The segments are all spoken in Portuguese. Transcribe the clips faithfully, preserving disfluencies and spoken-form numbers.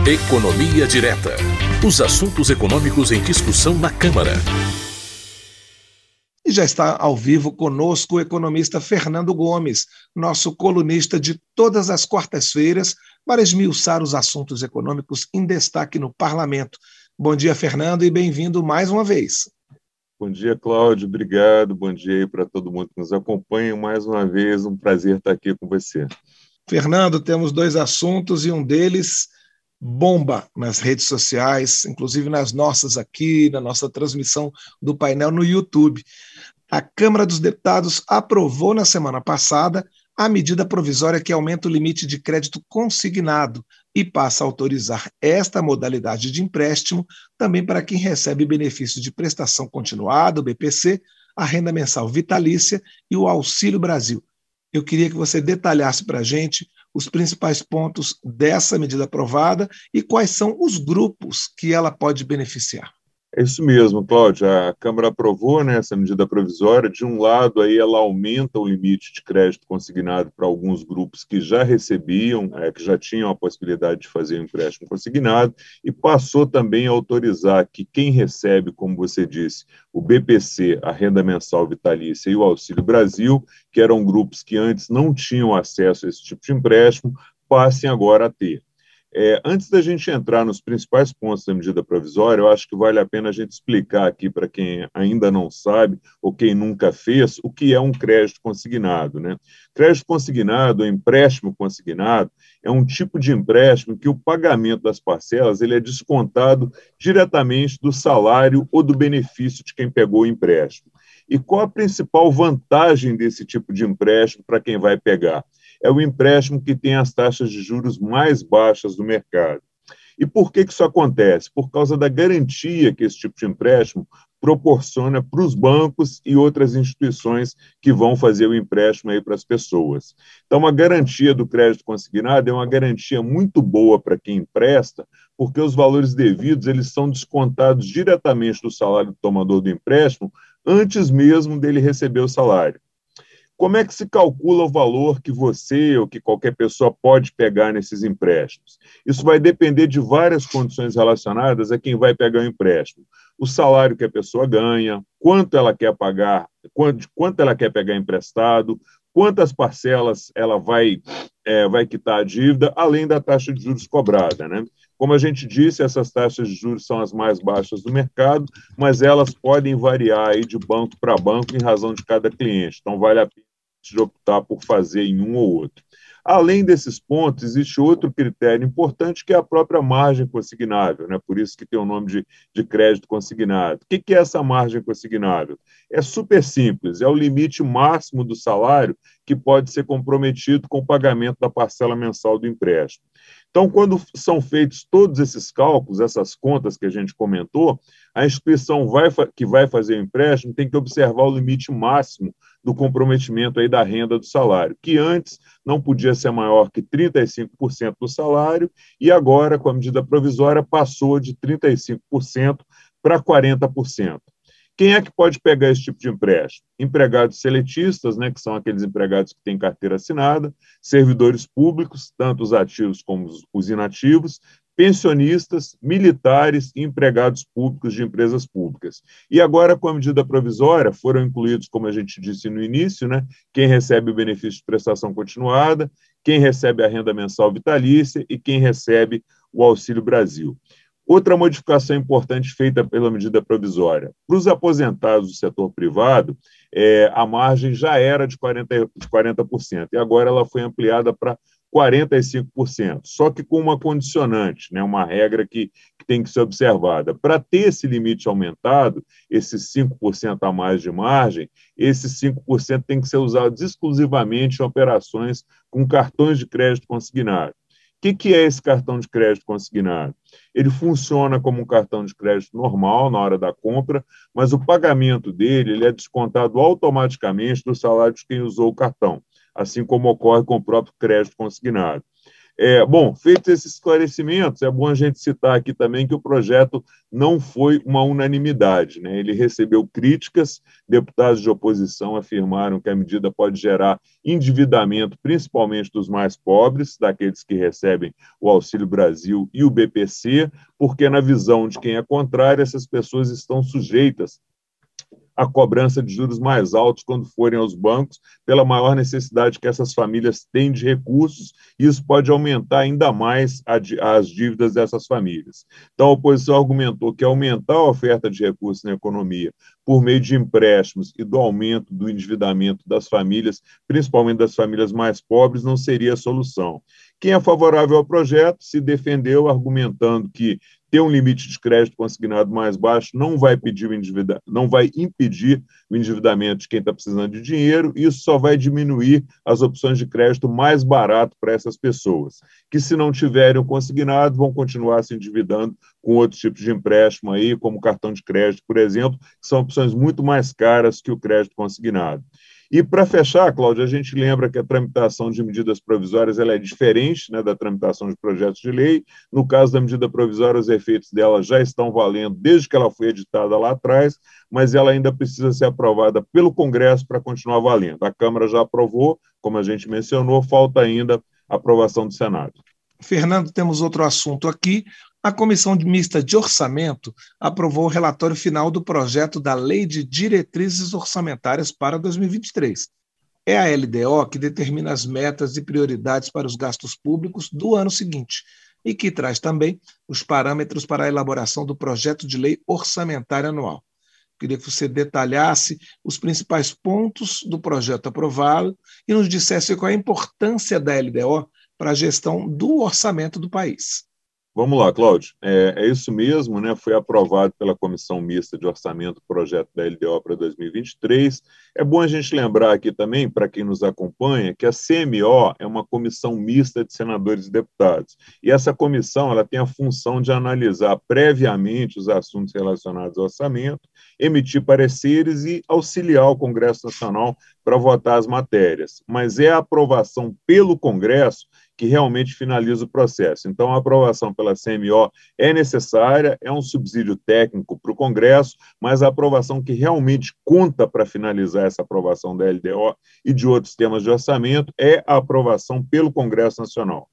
Economia Direta. Os assuntos econômicos em discussão na Câmara. E já está ao vivo conosco o economista Fernando Gomes, nosso colunista de todas as quartas-feiras, para esmiuçar os assuntos econômicos em destaque no Parlamento. Bom dia, Fernando, e bem-vindo mais uma vez. Bom dia, Cláudio. Obrigado. Bom dia aí para todo mundo que nos acompanha. Mais uma vez, um prazer estar aqui com você. Fernando, temos dois assuntos e um deles bomba nas redes sociais, inclusive nas nossas aqui, na nossa transmissão do painel no YouTube. A Câmara dos Deputados aprovou na semana passada a medida provisória que aumenta o limite de crédito consignado e passa a autorizar esta modalidade de empréstimo também para quem recebe benefício de prestação continuada, o B P C, a renda mensal vitalícia e o Auxílio Brasil. Eu queria que você detalhasse para a gente os principais pontos dessa medida aprovada e quais são os grupos que ela pode beneficiar. É isso mesmo, Cláudio. A Câmara aprovou, né, essa medida provisória. De um lado, aí, ela aumenta o limite de crédito consignado para alguns grupos que já recebiam, é, que já tinham a possibilidade de fazer o empréstimo consignado, e passou também a autorizar que quem recebe, como você disse, o B P C, a renda mensal vitalícia e o Auxílio Brasil, que eram grupos que antes não tinham acesso a esse tipo de empréstimo, passem agora a ter. É, antes da gente entrar nos principais pontos da medida provisória, eu acho que vale a pena a gente explicar aqui para quem ainda não sabe ou quem nunca fez o que é um crédito consignado, né? Crédito consignado, ou empréstimo consignado, é um tipo de empréstimo que o pagamento das parcelas ele é descontado diretamente do salário ou do benefício de quem pegou o empréstimo. E qual a principal vantagem desse tipo de empréstimo para quem vai pegar? É o empréstimo que tem as taxas de juros mais baixas do mercado. E por que que isso acontece? Por causa da garantia que esse tipo de empréstimo proporciona para os bancos e outras instituições que vão fazer o empréstimo aí para as pessoas. Então, a garantia do crédito consignado é uma garantia muito boa para quem empresta, porque os valores devidos eles são descontados diretamente do salário do tomador do empréstimo antes mesmo dele receber o salário. Como é que se calcula o valor que você ou que qualquer pessoa pode pegar nesses empréstimos? Isso vai depender de várias condições relacionadas a quem vai pegar o empréstimo. O salário que a pessoa ganha, quanto ela quer pagar, quanto, quanto ela quer pegar emprestado, quantas parcelas ela vai, é, vai quitar a dívida, além da taxa de juros cobrada, né? Como a gente disse, essas taxas de juros são as mais baixas do mercado, mas elas podem variar aí de banco para banco em razão de cada cliente. Então, vale a pena de optar por fazer em um ou outro. Além desses pontos, existe outro critério importante, que é a própria margem consignável, né? Por isso que tem o nome de, de crédito consignado. O que, que é essa margem consignável? É super simples, é o limite máximo do salário que pode ser comprometido com o pagamento da parcela mensal do empréstimo. Então, quando são feitos todos esses cálculos, essas contas que a gente comentou, a instituição vai, que vai fazer o empréstimo tem que observar o limite máximo do comprometimento aí da renda do salário, que antes não podia ser maior que trinta e cinco por cento do salário e agora, com a medida provisória, passou de trinta e cinco por cento para quarenta por cento. Quem é que pode pegar esse tipo de empréstimo? Empregados seletistas, né, que são aqueles empregados que têm carteira assinada, servidores públicos, tanto os ativos como os inativos, pensionistas, militares e empregados públicos de empresas públicas. E agora, com a medida provisória, foram incluídos, como a gente disse no início, né, quem recebe o benefício de prestação continuada, quem recebe a renda mensal vitalícia e quem recebe o Auxílio Brasil. Outra modificação importante feita pela medida provisória. Para os aposentados do setor privado, é, a margem já era de quarenta por cento e agora ela foi ampliada para quarenta e cinco por cento, só que com uma condicionante, né, uma regra que, que tem que ser observada. Para ter esse limite aumentado, esses cinco por cento a mais de margem, esses cinco por cento tem que ser usados exclusivamente em operações com cartões de crédito consignado. O que, que é esse cartão de crédito consignado? Ele funciona como um cartão de crédito normal na hora da compra, mas o pagamento dele ele é descontado automaticamente do salário de quem usou o cartão, assim como ocorre com o próprio crédito consignado. É, bom, feitos esses esclarecimentos, é bom a gente citar aqui também que o projeto não foi uma unanimidade, né? Ele recebeu críticas, deputados de oposição afirmaram que a medida pode gerar endividamento, principalmente dos mais pobres, daqueles que recebem o Auxílio Brasil e o B P C, porque, na visão de quem é contrário, essas pessoas estão sujeitas a cobrança de juros mais altos quando forem aos bancos, pela maior necessidade que essas famílias têm de recursos, e isso pode aumentar ainda mais a, as dívidas dessas famílias. Então, a oposição argumentou que aumentar a oferta de recursos na economia por meio de empréstimos e do aumento do endividamento das famílias, principalmente das famílias mais pobres, não seria a solução. Quem é favorável ao projeto se defendeu argumentando que ter um limite de crédito consignado mais baixo não vai, pedir o endivida... não vai impedir o endividamento de quem está precisando de dinheiro, e isso só vai diminuir as opções de crédito mais barato para essas pessoas, que se não tiverem o consignado vão continuar se endividando com outros tipos de empréstimo, aí, como cartão de crédito, por exemplo, que são opções muito mais caras que o crédito consignado. E, para fechar, Cláudio, a gente lembra que a tramitação de medidas provisórias ela é diferente, né, da tramitação de projetos de lei. No caso da medida provisória, os efeitos dela já estão valendo desde que ela foi editada lá atrás, mas ela ainda precisa ser aprovada pelo Congresso para continuar valendo. A Câmara já aprovou, como a gente mencionou, falta ainda a aprovação do Senado. Fernando, temos outro assunto aqui. A Comissão Mista de Orçamento aprovou o relatório final do projeto da Lei de Diretrizes Orçamentárias para dois mil e vinte e três. É a L D O que determina as metas e prioridades para os gastos públicos do ano seguinte e que traz também os parâmetros para a elaboração do projeto de lei orçamentária anual. Queria que você detalhasse os principais pontos do projeto aprovado e nos dissesse qual é a importância da L D O para a gestão do orçamento do país. Vamos lá, Cláudio. É, é isso mesmo, né? Foi aprovado pela Comissão Mista de Orçamento o projeto da L D O para dois mil e vinte e três. É bom a gente lembrar aqui também, para quem nos acompanha, que a C M O é uma comissão mista de senadores e deputados. E essa comissão ela tem a função de analisar previamente os assuntos relacionados ao orçamento, emitir pareceres e auxiliar o Congresso Nacional para votar as matérias. Mas é a aprovação pelo Congresso que realmente finaliza o processo. Então, a aprovação pela C M O é necessária, é um subsídio técnico para o Congresso, mas a aprovação que realmente conta para finalizar essa aprovação da L D O e de outros temas de orçamento é a aprovação pelo Congresso Nacional.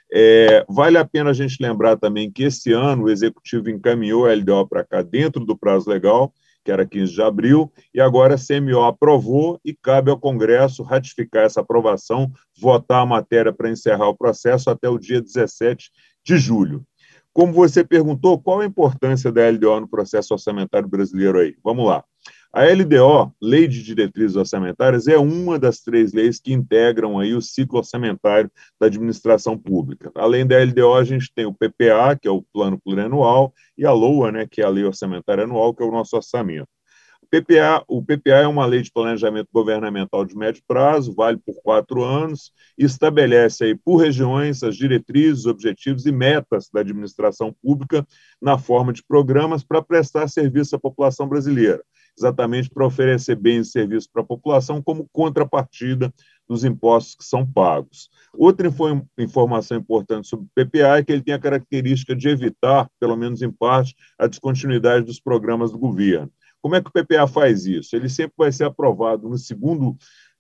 É, vale a pena a gente lembrar também que esse ano o Executivo encaminhou a L D O para cá dentro do prazo legal, que era quinze de abril, e agora a C M O aprovou e cabe ao Congresso ratificar essa aprovação, votar a matéria para encerrar o processo até o dia dezessete de julho. Como você perguntou, qual a importância da L D O no processo orçamentário brasileiro aí? Vamos lá. A L D O, Lei de Diretrizes Orçamentárias, é uma das três leis que integram aí o ciclo orçamentário da administração pública. Além da L D O, a gente tem o P P A, que é o Plano Plurianual, e a LOA, né, que é a Lei Orçamentária Anual, que é o nosso orçamento. O P P A, o P P A é uma lei de planejamento governamental de médio prazo, vale por quatro anos, e estabelece aí por regiões as diretrizes, objetivos e metas da administração pública na forma de programas para prestar serviço à população brasileira, exatamente para oferecer bens e serviços para a população como contrapartida dos impostos que são pagos. Outra informação importante sobre o P P A é que ele tem a característica de evitar, pelo menos em parte, a descontinuidade dos programas do governo. Como é que o P P A faz isso? Ele sempre vai ser aprovado no segundo...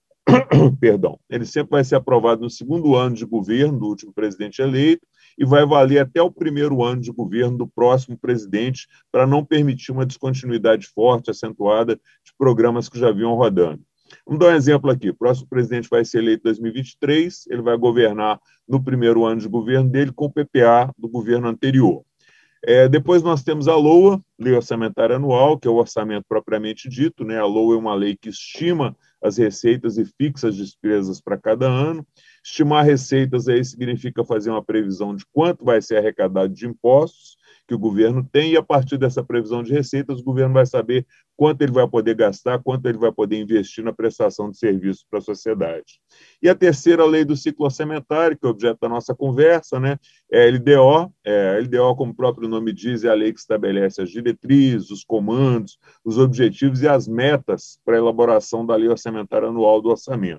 Perdão. Ele sempre vai ser aprovado no segundo ano de governo do último presidente eleito e vai valer até o primeiro ano de governo do próximo presidente para não permitir uma descontinuidade forte, acentuada de programas que já vinham rodando. Vamos dar um exemplo aqui. O próximo presidente vai ser eleito em dois mil e vinte e três, ele vai governar no primeiro ano de governo dele com o P P A do governo anterior. É, depois nós temos a LOA, Lei Orçamentária Anual, que é o orçamento propriamente dito, né? A LOA é uma lei que estima as receitas e fixa as despesas para cada ano. Estimar receitas aí significa fazer uma previsão de quanto vai ser arrecadado de impostos que o governo tem, e a partir dessa previsão de receitas, o governo vai saber quanto ele vai poder gastar, quanto ele vai poder investir na prestação de serviços para a sociedade. E a terceira lei do ciclo orçamentário, que é o objeto da nossa conversa, né, é a L D O. É, a L D O, como o próprio nome diz, é a lei que estabelece as diretrizes, os comandos, os objetivos e as metas para a elaboração da lei orçamentária anual do orçamento.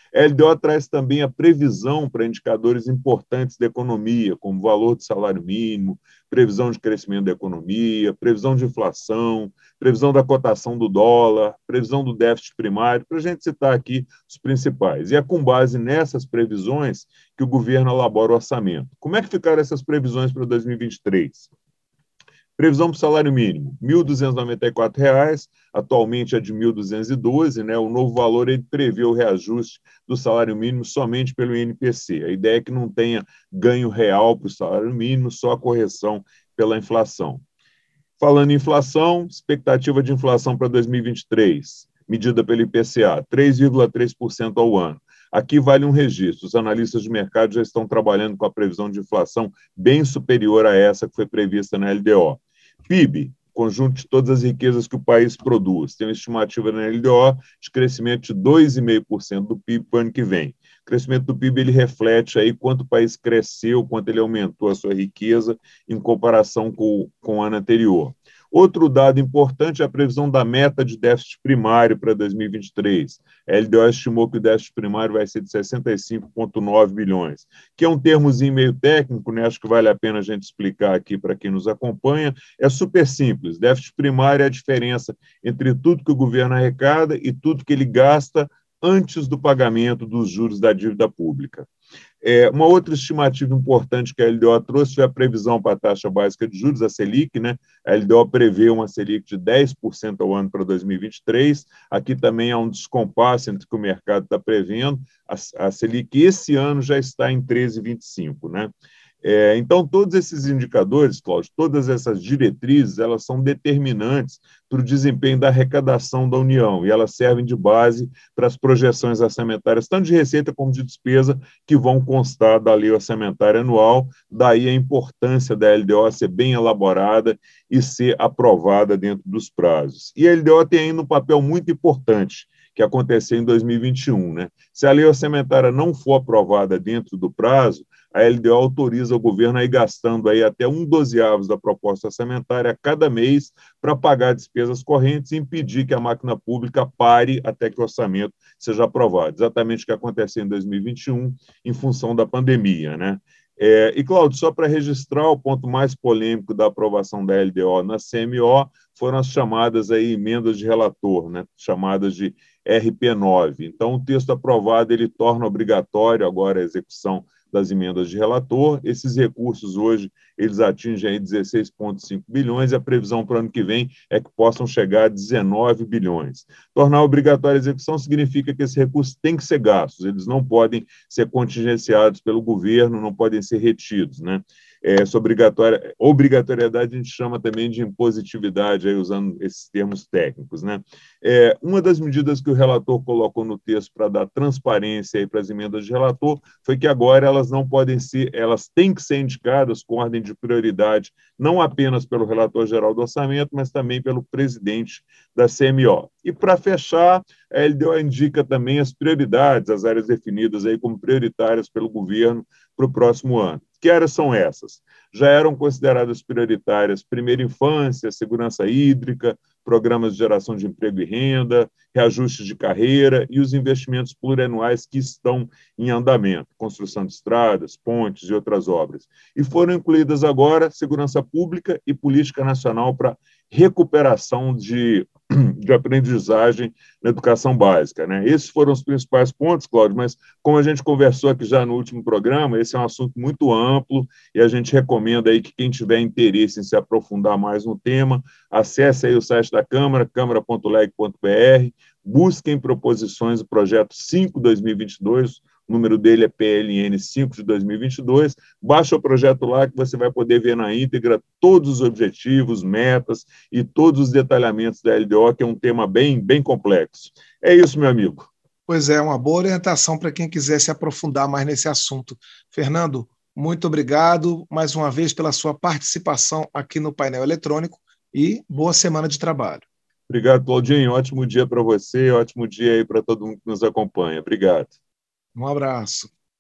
A L D O traz também a previsão para indicadores importantes da economia, como valor do salário mínimo, previsão de crescimento da economia, previsão de inflação, previsão da cotação do dólar, previsão do déficit primário, para a gente citar aqui os principais. E é com base nessas previsões que o governo elabora o orçamento. Como é que ficaram essas previsões para dois mil e vinte e três? Previsão para o salário mínimo, mil duzentos e noventa e quatro reais, atualmente é de mil duzentos e doze, né? O novo valor ele prevê o reajuste do salário mínimo somente pelo I N P C. A ideia é que não tenha ganho real para o salário mínimo, só a correção pela inflação. Falando em inflação, expectativa de inflação para dois mil e vinte e três, medida pelo I P C A, três vírgula três por cento ao ano. Aqui vale um registro, os analistas de mercado já estão trabalhando com a previsão de inflação bem superior a essa que foi prevista na L D O. P I B, conjunto de todas as riquezas que o país produz, tem uma estimativa na L D O de crescimento de dois vírgula cinco por cento do P I B para o ano que vem. O crescimento do P I B ele reflete aí quanto o país cresceu, quanto ele aumentou a sua riqueza em comparação com, com o ano anterior. Outro dado importante é a previsão da meta de déficit primário para dois mil e vinte e três. A L D O estimou que o déficit primário vai ser de sessenta e cinco vírgula nove bilhões, que é um termozinho meio técnico, né? Acho que vale a pena a gente explicar aqui para quem nos acompanha. É super simples. Déficit primário é a diferença entre tudo que o governo arrecada e tudo que ele gasta antes do pagamento dos juros da dívida pública. É, uma outra estimativa importante que a L D O trouxe foi a previsão para a taxa básica de juros, a Selic, né? A L D O prevê uma Selic de dez por cento ao ano para dois mil e vinte e três. Aqui também há um descompasso entre o que o mercado está prevendo. A, a Selic esse ano já está em treze vírgula vinte e cinco, né? É, então, todos esses indicadores, Cláudio, todas essas diretrizes, elas são determinantes para o desempenho da arrecadação da União e elas servem de base para as projeções orçamentárias, tanto de receita como de despesa, que vão constar da lei orçamentária anual. Daí a importância da L D O ser bem elaborada e ser aprovada dentro dos prazos. E a L D O tem ainda um papel muito importante, que aconteceu em dois mil e vinte e um, né? Se a lei orçamentária não for aprovada dentro do prazo, a L D O autoriza o governo a ir gastando aí até um dozeavos da proposta orçamentária a cada mês para pagar despesas correntes e impedir que a máquina pública pare até que o orçamento seja aprovado. Exatamente o que aconteceu em dois mil e vinte e um, em função da pandemia, né? É, e, Cláudio, só para registrar, o ponto mais polêmico da aprovação da L D O na C M O foram as chamadas aí, emendas de relator, né? Chamadas de R P nove. Então, o texto aprovado ele torna obrigatório agora a execução das emendas de relator. Esses recursos hoje eles atingem aí dezesseis vírgula cinco bilhões e a previsão para o ano que vem é que possam chegar a dezenove bilhões. Tornar obrigatória a execução significa que esses recursos têm que ser gastos, eles não podem ser contingenciados pelo governo, não podem ser retidos, né? Essa obrigatória, obrigatoriedade a gente chama também de impositividade, aí usando esses termos técnicos, né? É, uma das medidas que o relator colocou no texto para dar transparência aí para as emendas de relator foi que agora elas não podem ser, elas têm que ser indicadas com ordem de prioridade, não apenas pelo relator geral do orçamento, mas também pelo presidente da C M O. E para fechar, a L D O indica também as prioridades, as áreas definidas aí como prioritárias pelo governo para o próximo ano. Que áreas são essas? Já eram consideradas prioritárias primeira infância, segurança hídrica, programas de geração de emprego e renda, reajustes de carreira e os investimentos plurianuais que estão em andamento, construção de estradas, pontes e outras obras. E foram incluídas agora segurança pública e política nacional para recuperação de, de aprendizagem na educação básica, né? Esses foram os principais pontos, Cláudio, mas como a gente conversou aqui já no último programa, esse é um assunto muito amplo e a gente recomenda aí que quem tiver interesse em se aprofundar mais no tema, acesse aí o site da Câmara, câmara ponto leg ponto br, busquem proposições do projeto cinco dois mil e vinte e dois, o número dele é P L N cinco de dois mil e vinte e dois, baixa o projeto lá que você vai poder ver na íntegra todos os objetivos, metas e todos os detalhamentos da L D O, que é um tema bem, bem complexo. É isso, meu amigo. Pois é, uma boa orientação para quem quiser se aprofundar mais nesse assunto. Fernando, muito obrigado mais uma vez pela sua participação aqui no painel eletrônico e boa semana de trabalho. Obrigado, Claudinho. Ótimo dia para você, ótimo dia aí para todo mundo que nos acompanha. Obrigado. Um abraço.